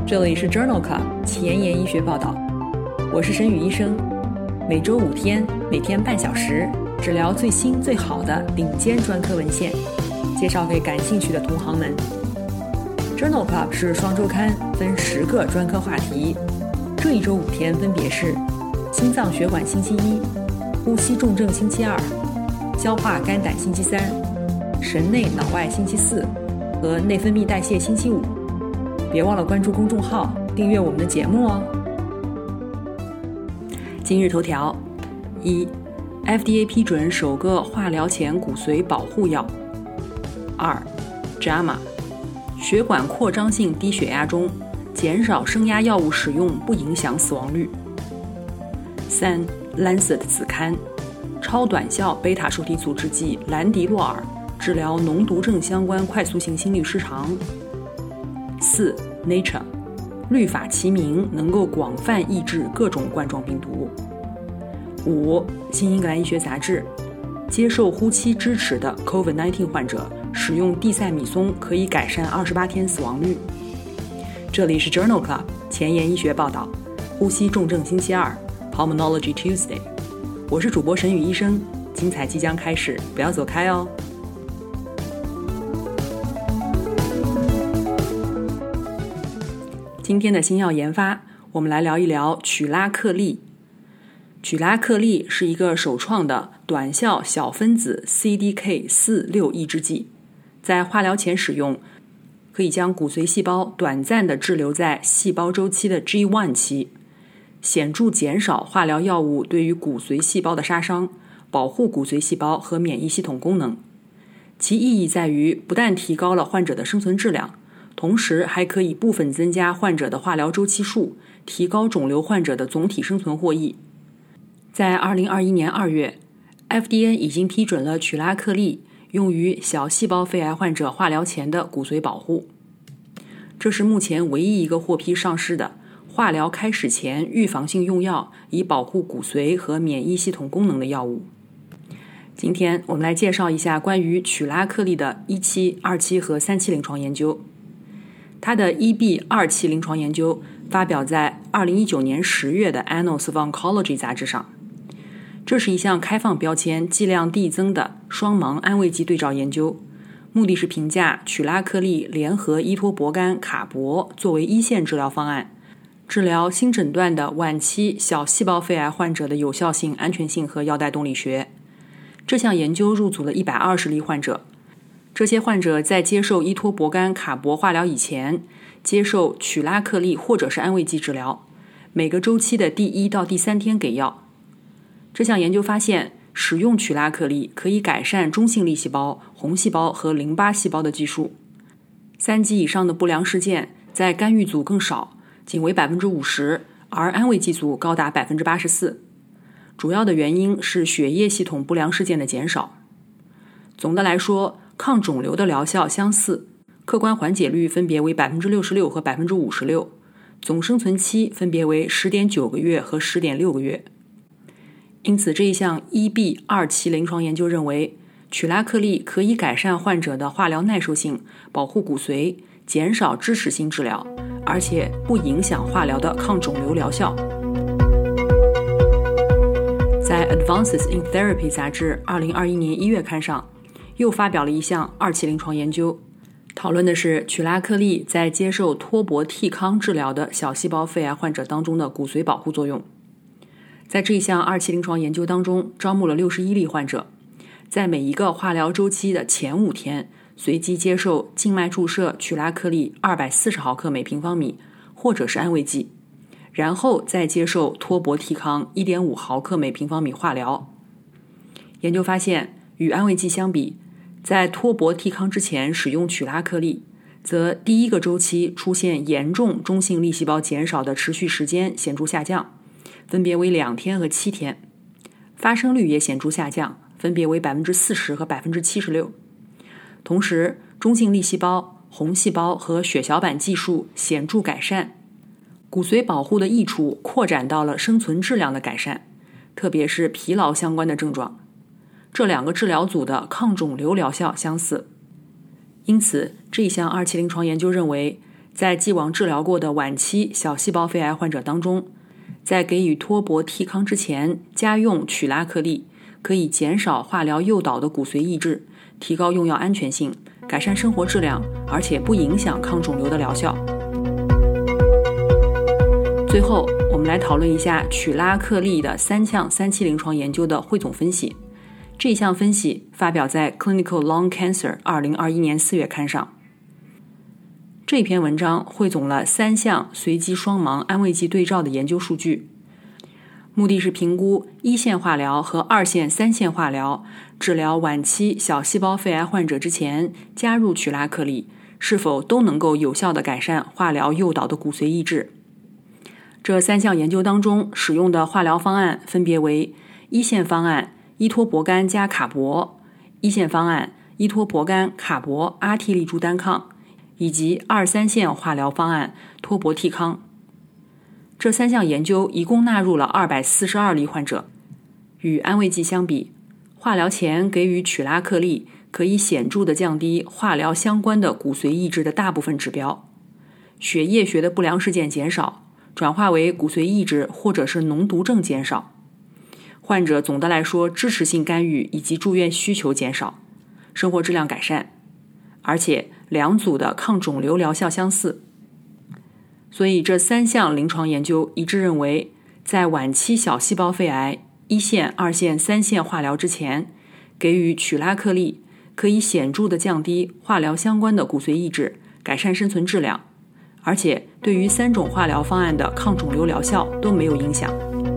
这里是 Journal Club 前沿医学报道，我是沈宇医生，每周5天，每天半小时，治疗最新最好的顶尖专科文献，介绍给感兴趣的同行们。Journal Club 是双周刊，分10个专科话题，这一周5天分别是心脏血管星期一，呼吸重症星期二，消化肝胆星期三，神内脑外星期四和内分泌代谢星期五。别忘了关注公众号，订阅我们的节目哦。今日头条： 1. FDA 批准首个化疗前骨髓保护药。 2. JAMA 血管扩张性低血压中，减少升压药物使用不影响死亡率。 3. Lancet 子刊超短效贝塔受体阻滞剂兰迪洛尔治疗脓毒症相关快速性心律失常。4. Nature 律法齐名，能够广泛抑制各种冠状病毒。5. 新英格兰医学杂志接受呼吸支持的 COVID-19 患者使用地塞米松可以改善28天死亡率。这里是 Journal Club 前沿医学报道，呼吸重症星期二 Pulmonology Tuesday， 我是主播沈宇医生，精彩即将开始，不要走开哦。今天的新药研发，我们来聊一聊曲拉克利。曲拉克利是一个首创的短效小分子 CDK4/6 抑制剂，在化疗前使用，可以将骨髓细胞短暂地滞留在细胞周期的 G1 期，显著减少化疗药物对于骨髓细胞的杀伤，保护骨髓细胞和免疫系统功能。其意义在于不但提高了患者的生存质量，同时还可以部分增加患者的化疗周期数，提高肿瘤患者的总体生存获益。在2021年2月 FDA 已经批准了曲拉克利用于小细胞肺癌患者化疗前的骨髓保护。这是目前唯一一个获批上市的化疗开始前预防性用药，以保护骨髓和免疫系统功能的药物。今天我们来介绍一下关于曲拉克利的1期、2期和3期临床研究。它的1B2期临床研究发表在2019年10月的 Annals of Oncology 杂志上。这是一项开放标签剂量递增的双盲安慰剂对照研究，目的是评价曲拉克利联合依托博干卡铂作为一线治疗方案，治疗新诊断的晚期小细胞肺癌患者的有效性、安全性和药代动力学。这项研究入组了120例患者，这些患者在接受依托博干卡铂化疗以前，接受曲拉克利或者是安慰剂治疗，每个周期的第1到第3天给药。这项研究发现，使用曲拉克利可以改善中性粒细胞、红细胞和淋巴细胞的计数。3级以上的不良事件在干预组更少，仅为 50%， 而安慰剂组高达 84%。 主要的原因是血液系统不良事件的减少。总的来说，抗肿瘤的疗效相似，客观缓解率分别为 66% 和 56%， 总生存期分别为 10.9 个月和 10.6 个月。因此，这一项 1B2 期临床研究认为，曲拉克利可以改善患者的化疗耐受性，保护骨髓，减少支持性治疗，而且不影响化疗的抗肿瘤疗效。在 Advances in Therapy 杂志2021年1月刊上，又发表了一项2期临床研究，讨论的是曲拉克利在接受托博替康治疗的小细胞肺癌患者当中的骨髓保护作用。在这一项2期临床研究当中，招募了61例患者，在每一个化疗周期的前5天，随机接受静脉注射曲拉克利240毫克每平方米，或者是安慰剂，然后再接受托博替康 1.5 毫克每平方米化疗。研究发现，与安慰剂相比，在托博替康之前使用曲拉克利，则第1个周期出现严重中性粒细胞减少的持续时间显著下降，分别为2天和7天，发生率也显著下降，分别为 40% 和 76%。 同时，中性粒细胞、红细胞和血小板计数显著改善，骨髓保护的益处扩展到了生存质量的改善，特别是疲劳相关的症状。这2个治疗组的抗肿瘤疗效相似。因此，这一项2期临床研究认为， 在既往治疗过的晚期小细胞肺癌患者当中，在给予托博替康之前加用曲拉克利，可以减少化疗诱导的骨髓抑制，提高用药安全性，改善生活质量，而且不影响抗肿瘤的疗效。最后，我们来讨论一下曲拉克利的3项3期临床研究的汇总分析。这项分析发表在 Clinical Lung Cancer 2021年4月刊上。这篇文章汇总了3项随机双盲安慰剂对照的研究数据，目的是评估1线化疗和2线、3线化疗治疗晚期小细胞肺癌患者之前加入曲拉克利，是否都能够有效地改善化疗诱导的骨髓抑制。这3项研究当中使用的化疗方案分别为1线方案依托博干加卡铂，1线方案依托博干、卡铂、阿替利珠单抗，以及2、3线化疗方案托博替康。这3项研究一共纳入了242例患者。与安慰剂相比，化疗前给予曲拉克利可以显著地降低化疗相关的骨髓抑制的大部分指标，血液学的不良事件减少，转化为骨髓抑制或者是脓毒症减少。患者总的来说支持性干预以及住院需求减少，生活质量改善，而且两组的抗肿瘤疗效相似。所以这3项临床研究一致认为，在晚期小细胞肺癌1线、2线、3线化疗之前，给予曲拉克利可以显著地降低化疗相关的骨髓抑制，改善生存质量，而且对于3种化疗方案的抗肿瘤疗效都没有影响。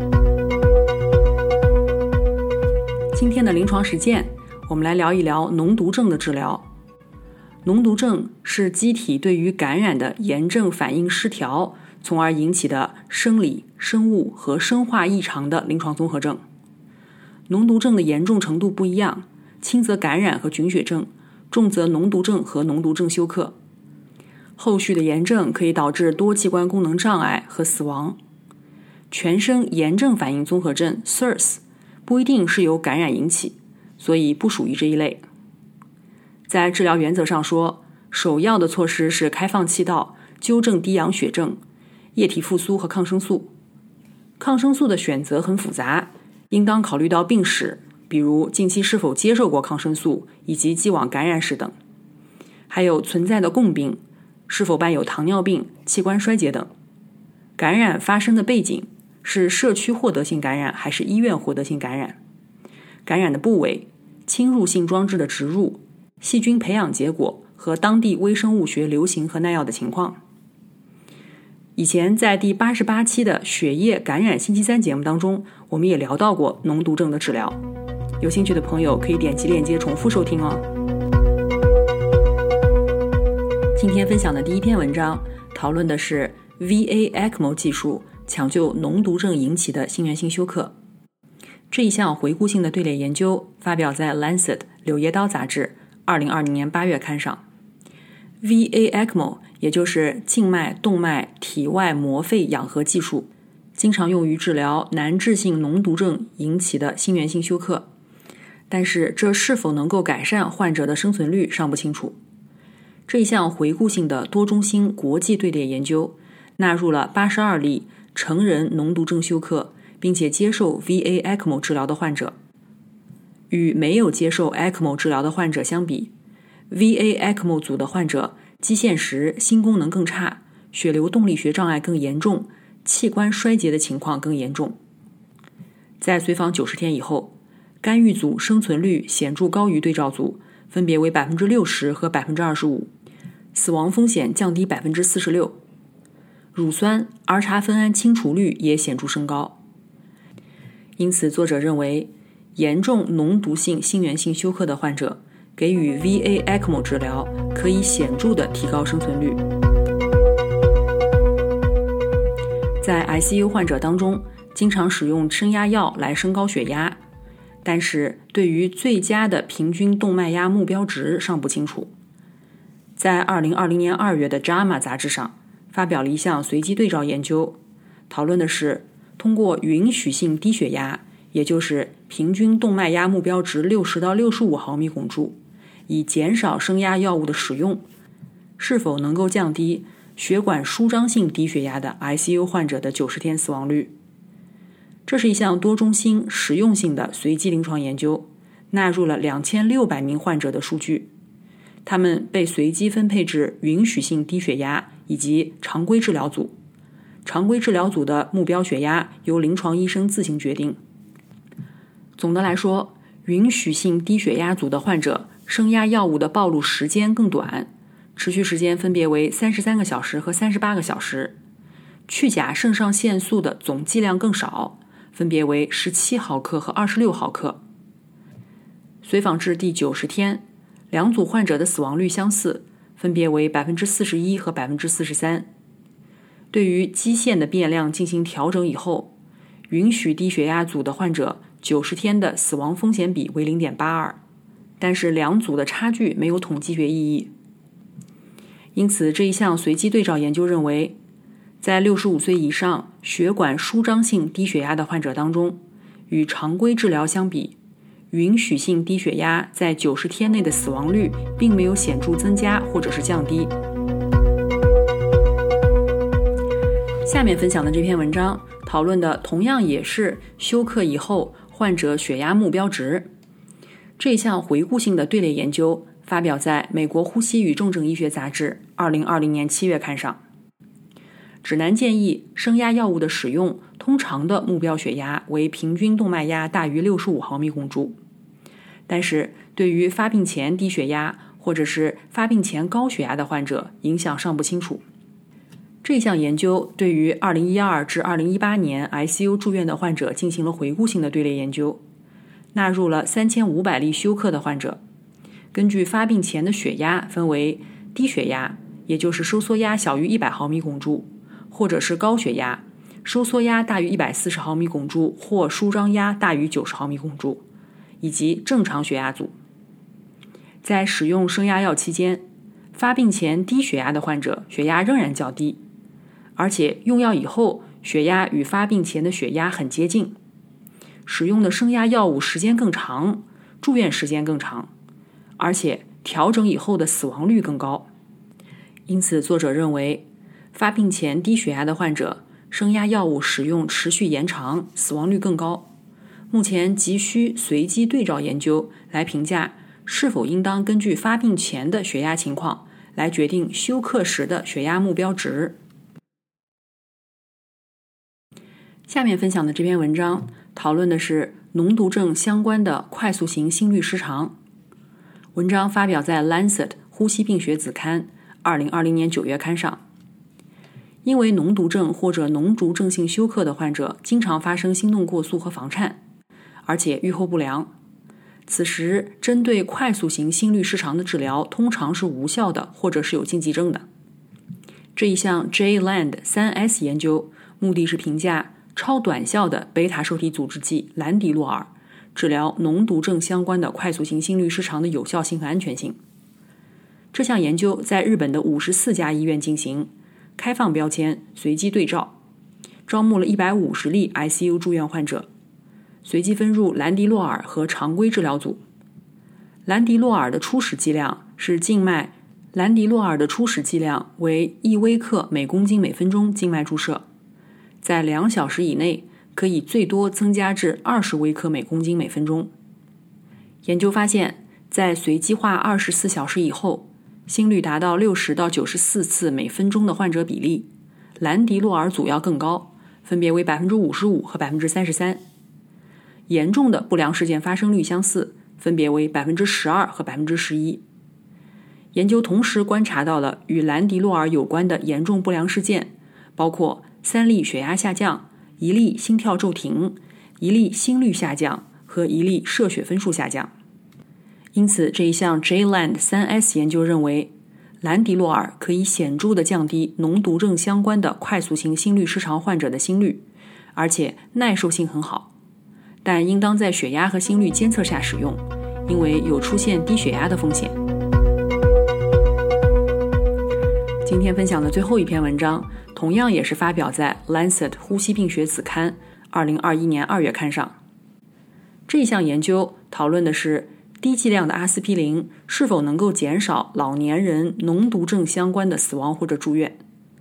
今天的临床实践，我们来聊一聊脓毒症的治疗。脓毒症是机体对于感染的炎症反应失调，从而引起的生理、生物和生化异常的临床综合症。脓毒症的严重程度不一样，轻则感染和菌血症，重则脓毒症和脓毒症休克。后续的炎症可以导致多器官功能障碍和死亡。全身炎症反应综合症 SIRS 不一定是由感染引起，所以不属于这一类。在治疗原则上说，首要的措施是开放气道，纠正低氧血症、液体复苏和抗生素。抗生素的选择很复杂，应当考虑到病史，比如近期是否接受过抗生素以及既往感染史等，还有存在的共病，是否伴有糖尿病、器官衰竭等。感染发生的背景是社区获得性感染还是医院获得性感染，感染的部位、侵入性装置的植入、细菌培养结果和当地微生物学流行和耐药的情况。以前在第88期的血液感染星期3节目当中，我们也聊到过脓毒症的治疗，有兴趣的朋友可以点击链接重复收听哦。今天分享的第一篇文章讨论的是 VA ECMO 技术抢救脓毒症引起的心源性休克。这一项回顾性的队列研究发表在 Lancet 柳叶刀杂志2020年8月刊上。VA ECMO 也就是静脉动脉体外膜肺氧合技术，经常用于治疗难治性脓毒症引起的心源性休克，但是这是否能够改善患者的生存率尚不清楚。这一项回顾性的多中心国际队列研究纳入了82例成人脓毒症休克并且接受 VA ECMO 治疗的患者。与没有接受 ECMO 治疗的患者相比， VA ECMO 组的患者基线时心功能更差，血流动力学障碍更严重，器官衰竭的情况更严重。在随访90天以后，干预组生存率显著高于对照组，分别为 60% 和 25%， 死亡风险降低 46%， 乳酸 R 叉酚胺清除率也显著升高。因此作者认为，严重脓毒性心源性休克的患者给予 VA ECMO 治疗可以显著地提高生存率。在 ICU 患者当中，经常使用升压药来升高血压，但是对于最佳的平均动脉压目标值尚不清楚。在2020年2月的 JAMA 杂志上发表了一项随机对照研究，讨论的是通过允许性低血压，也就是平均动脉压目标值60到65毫米汞柱，以减少升压药物的使用，是否能够降低血管舒张性低血压的 ICU 患者的90天死亡率。这是一项多中心实用性的随机临床研究，纳入了2600名患者的数据，他们被随机分配至允许性低血压以及常规治疗组。常规治疗组的目标血压由临床医生自行决定。总的来说，允许性低血压组的患者升压药物的暴露时间更短，持续时间分别为33个小时和38个小时，去甲肾上腺素的总剂量更少，分别为17毫克和26毫克。随访至第90天，两组患者的死亡率相似，分别为 41% 和 43%。 对于基线的变量进行调整以后，允许低血压组的患者90天的死亡风险比为 0.82， 但是两组的差距没有统计学意义。因此，这一项随机对照研究认为，在65岁以上血管舒张性低血压的患者当中，与常规治疗相比，允许性低血压在90天内的死亡率并没有显著增加或者是降低。下面分享的这篇文章讨论的同样也是休克以后患者血压目标值。这项回顾性的队列研究发表在美国呼吸与重症医学杂志2020年7月刊上。指南建议升压药物的使用通常的目标血压为平均动脉压大于65毫米汞柱，但是对于发病前低血压或者是发病前高血压的患者影响尚不清楚。这项研究对于2012至2018年 ICU 住院的患者进行了回顾性的队列研究，纳入了3500例休克的患者，根据发病前的血压分为低血压，也就是收缩压小于100毫米汞柱，或者是高血压，收缩压大于140毫米汞柱或舒张压大于90毫米汞柱，以及正常血压组。在使用升压药期间，发病前低血压的患者血压仍然较低，而且用药以后血压与发病前的血压很接近，使用的升压药物时间更长，住院时间更长，而且调整以后的死亡率更高。因此作者认为，发病前低血压的患者升压药物使用持续延长，死亡率更高。目前急需随机对照研究来评价是否应当根据发病前的血压情况来决定休克时的血压目标值。下面分享的这篇文章讨论的是脓毒症相关的快速型心律失常。文章发表在 Lancet 呼吸病学子刊2020年9月刊上。因为脓毒症或者脓毒症性休克的患者经常发生心动过速和房颤，而且预后不良。此时针对快速型心律失常的治疗通常是无效的，或者是有禁忌症的。这一项 J-LAND 3S 研究目的是评价超短效的贝塔受体阻滞剂兰迪洛尔治疗脓毒症相关的快速型心律失常的有效性和安全性。这项研究在日本的54家医院进行，开放标签，随机对照，招募了150例 ICU 住院患者，随机分入兰迪洛尔和常规治疗组。兰迪洛尔的初始剂量是静脉，兰迪洛尔的初始剂量为1微克每公斤每分钟静脉注射，在2小时以内可以最多增加至20微克每公斤每分钟。研究发现，在随机化24小时以后，心率达到60到94次每分钟的患者比例，兰迪洛尔组要更高，分别为 55% 和 33%。严重的不良事件发生率相似，分别为 12% 和 11%。研究同时观察到了与兰迪洛尔有关的严重不良事件，包括3例血压下降、1例心跳骤停、1例心率下降和1例射血分数下降。因此，这一项 J-LAND 3S 研究认为，兰迪洛尔可以显著地降低脓毒症相关的快速性心律失常患者的心率，而且耐受性很好，但应当在血压和心率监测下使用，因为有出现低血压的风险。今天分享的最后一篇文章，同样也是发表在 Lancet 呼吸病学子刊2021年2月刊上。这项研究讨论的是低剂量的阿司匹林是否能够减少老年人脓毒症相关的死亡或者住院。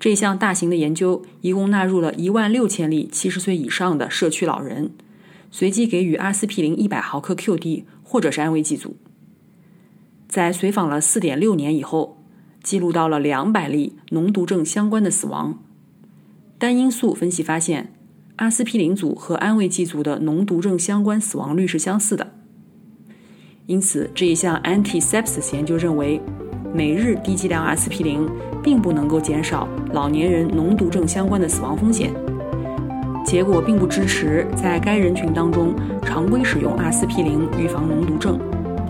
这项大型的研究一共纳入了16000例70岁以上的社区老人，随机给予阿司匹林100毫克 QD 或者是安慰剂组。在随访了 4.6 年以后，记录到了200例脓毒症相关的死亡。单因素分析发现，阿司匹林组和安慰剂组的脓毒症相关死亡率是相似的。因此，这一项 Anti-Sepsis 研究认为，每日低剂量阿司匹林并不能够减少老年人脓毒症相关的死亡风险。结果并不支持在该人群当中常规使用阿司匹林预防脓毒症。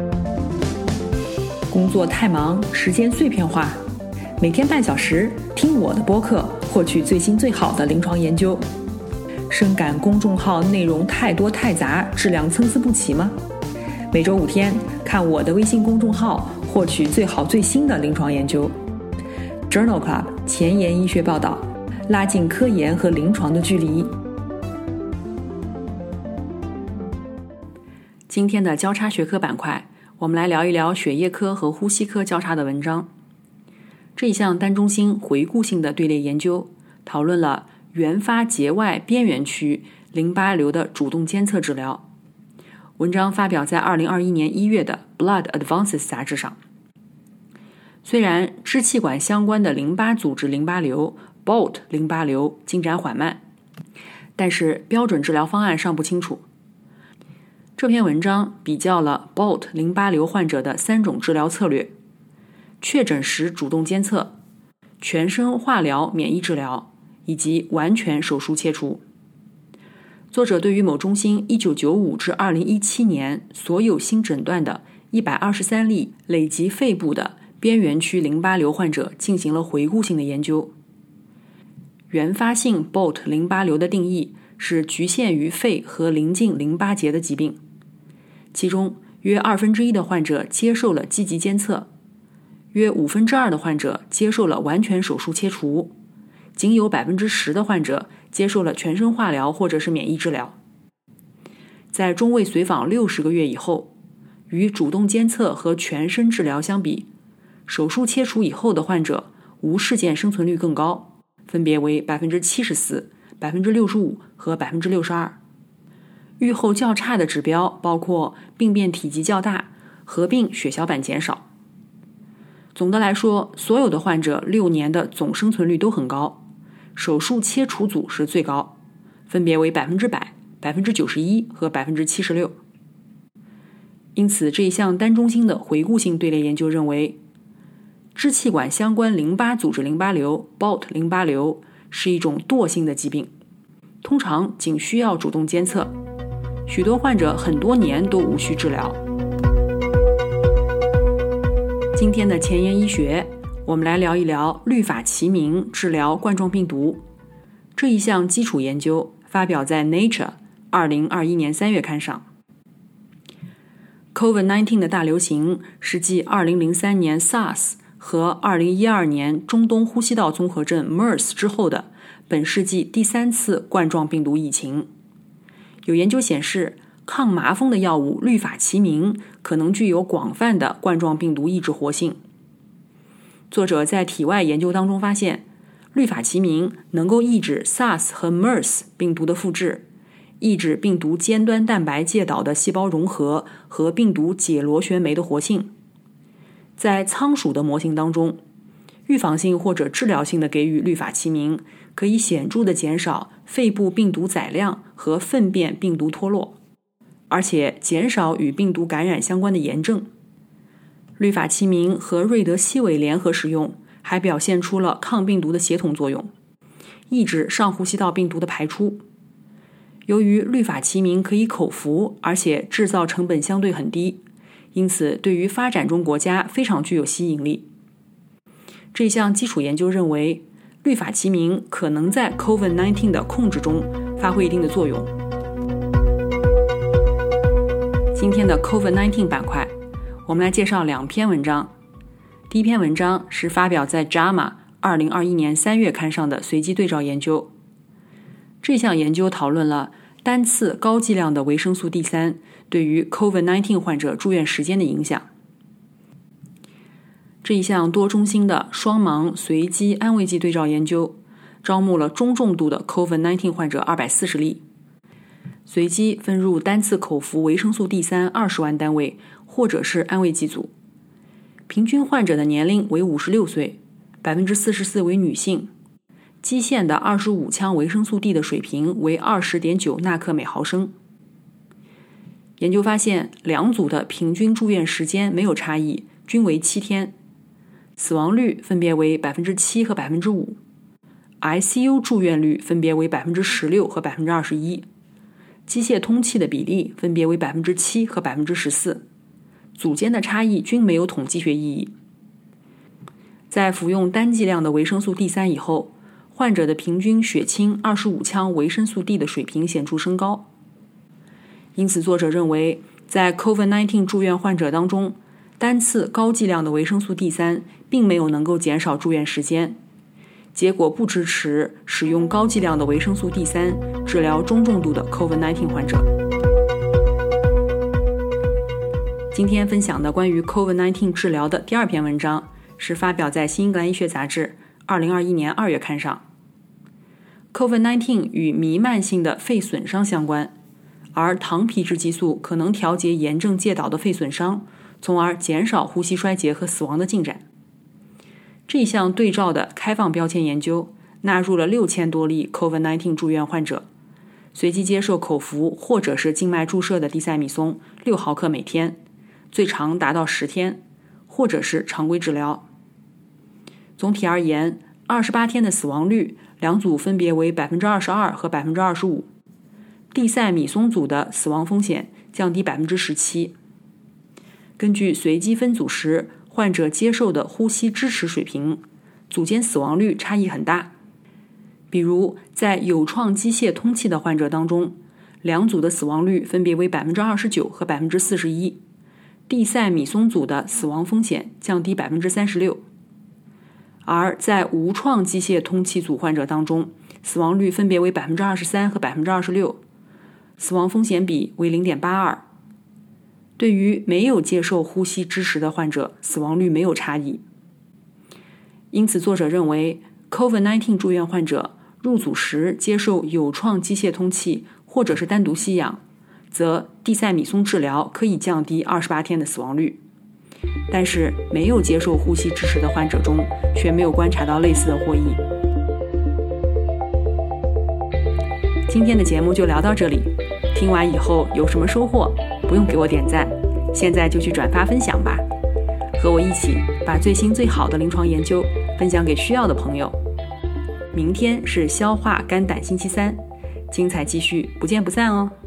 工作太忙，时间碎片化，每天半小时听我的播客，获取最新最好的临床研究。深感公众号内容太多太杂，质量参差不齐吗？每周5天，看我的微信公众号，获取最好最新的临床研究。Journal Club 前沿医学报道，拉近科研和临床的距离。今天的交叉学科板块，我们来聊一聊血液科和呼吸科交叉的文章。这一项单中心回顾性的队列研究，讨论了原发节外边缘区淋巴瘤的主动监测治疗。文章发表在2021年1月的 Blood Advances 杂志上。虽然支气管相关的淋巴组织淋巴瘤 BOLT 淋巴瘤进展缓慢，但是标准治疗方案尚不清楚。这篇文章比较了 BOLT 淋巴瘤患者的3种治疗策略：确诊时主动监测、全身化疗免疫治疗以及完全手术切除。作者对于某中心1995至2017年所有新诊断的123例累及肺部的边缘区淋巴瘤患者进行了回顾性的研究。原发性 BOLT 淋巴瘤的定义是局限于肺和邻近淋巴结的疾病，其中约1/2的患者接受了积极监测，约2/5的患者接受了完全手术切除，仅有10%的患者接受了全身化疗或者是免疫治疗。在中位随访60个月以后，与主动监测和全身治疗相比，手术切除以后的患者无事件生存率更高，分别为 74%、65% 和 62%。预后较差的指标包括病变体积较大、合并血小板减少。总的来说，所有的患者6年的总生存率都很高，手术切除组是最高，分别为 100%、91% 和 76%。因此，这一项单中心的回顾性队列研究认为，支气管相关淋巴组织淋巴瘤 BOLT 淋巴瘤是一种惰性的疾病，通常仅需要主动监测，许多患者很多年都无需治疗。今天的前沿医学，我们来聊一聊氯法齐明治疗冠状病毒。这一项基础研究发表在 Nature 2021年3月刊上。COVID-19 的大流行是继2003年 SARS 和2012年中东呼吸道综合症 MERS 之后的本世纪第3次冠状病毒疫情。有研究显示，抗麻风的药物氯法齐明可能具有广泛的冠状病毒抑制活性。作者在体外研究当中发现，氯法齐明能够抑制 SARS 和 MERS 病毒的复制，抑制病毒尖端蛋白介导的细胞融合和病毒解螺旋酶的活性。在仓鼠的模型当中，预防性或者治疗性的给予氯法齐明，可以显著地减少肺部病毒载量和粪便病毒脱落，而且减少与病毒感染相关的炎症。氯法齐明和瑞德西韦联合使用，还表现出了抗病毒的协同作用，抑制上呼吸道病毒的排出。由于氯法齐明可以口服，而且制造成本相对很低，因此对于发展中国家非常具有吸引力。这项基础研究认为，氯法齐明可能在 COVID-19 的控制中发挥一定的作用。今天的 COVID-19 板块，我们来介绍2篇文章。第一篇文章是发表在 JAMA 2021年3月刊上的随机对照研究。这项研究讨论了单次高剂量的维生素 D3 对于 COVID-19 患者住院时间的影响。这这一项多中心的双盲随机安慰剂对照研究招募了中重度的 COVID-19 患者240例，随机分入单次口服维生素 D3 20万单位或者是安慰剂组，平均患者的年龄为56岁，44%为女性，基线的25羟维生素 D 的水平为 20.9 纳克每毫升。研究发现，两组的平均住院时间没有差异，均为7天，死亡率分别为 7% 和 5%， ICU 住院率分别为 16% 和 21%， 机械通气的比例分别为 7% 和 14%， 组间的差异均没有统计学意义。在服用单剂量的维生素 D3 以后，患者的平均血清25羟维生素 D 的水平显著升高。因此作者认为，在 COVID-19 住院患者当中，单次高剂量的维生素 D3 并没有能够减少住院时间，结果不支持使用高剂量的维生素 D3 治疗中重度的 COVID-19 患者。今天分享的关于 COVID-19 治疗的第二篇文章是发表在《新英格兰医学杂志》2021年2月刊上。COVID-19 与弥漫性的肺损伤相关，而糖皮质激素可能调节炎症介导的肺损伤，从而减少呼吸衰竭和死亡的进展。这项对照的开放标签研究纳入了6000多例 COVID-19 住院患者，随机接受口服或者是静脉注射的地塞米松6毫克每天，最长达到10天，或者是常规治疗。总体而言，28天的死亡率两组分别为 22% 和 25%， 地塞米松组的死亡风险降低 17%。 根据随机分组时患者接受的呼吸支持水平，组间死亡率差异很大。比如在有创机械通气的患者当中，两组的死亡率分别为 29% 和 41%， 地塞米松组的死亡风险降低 36%。而在无创机械通气组患者当中，死亡率分别为 23% 和 26%， 死亡风险比为 0.82。 对于没有接受呼吸支持的患者，死亡率没有差异。因此作者认为 COVID-19 住院患者入组时接受有创机械通气或者是单独吸氧，则地塞米松治疗可以降低28天的死亡率。但是没有接受呼吸支持的患者中却没有观察到类似的获益。今天的节目就聊到这里，听完以后有什么收获，不用给我点赞，现在就去转发分享吧，和我一起把最新最好的临床研究分享给需要的朋友。明天是消化肝胆星期3，精彩继续，不见不散哦。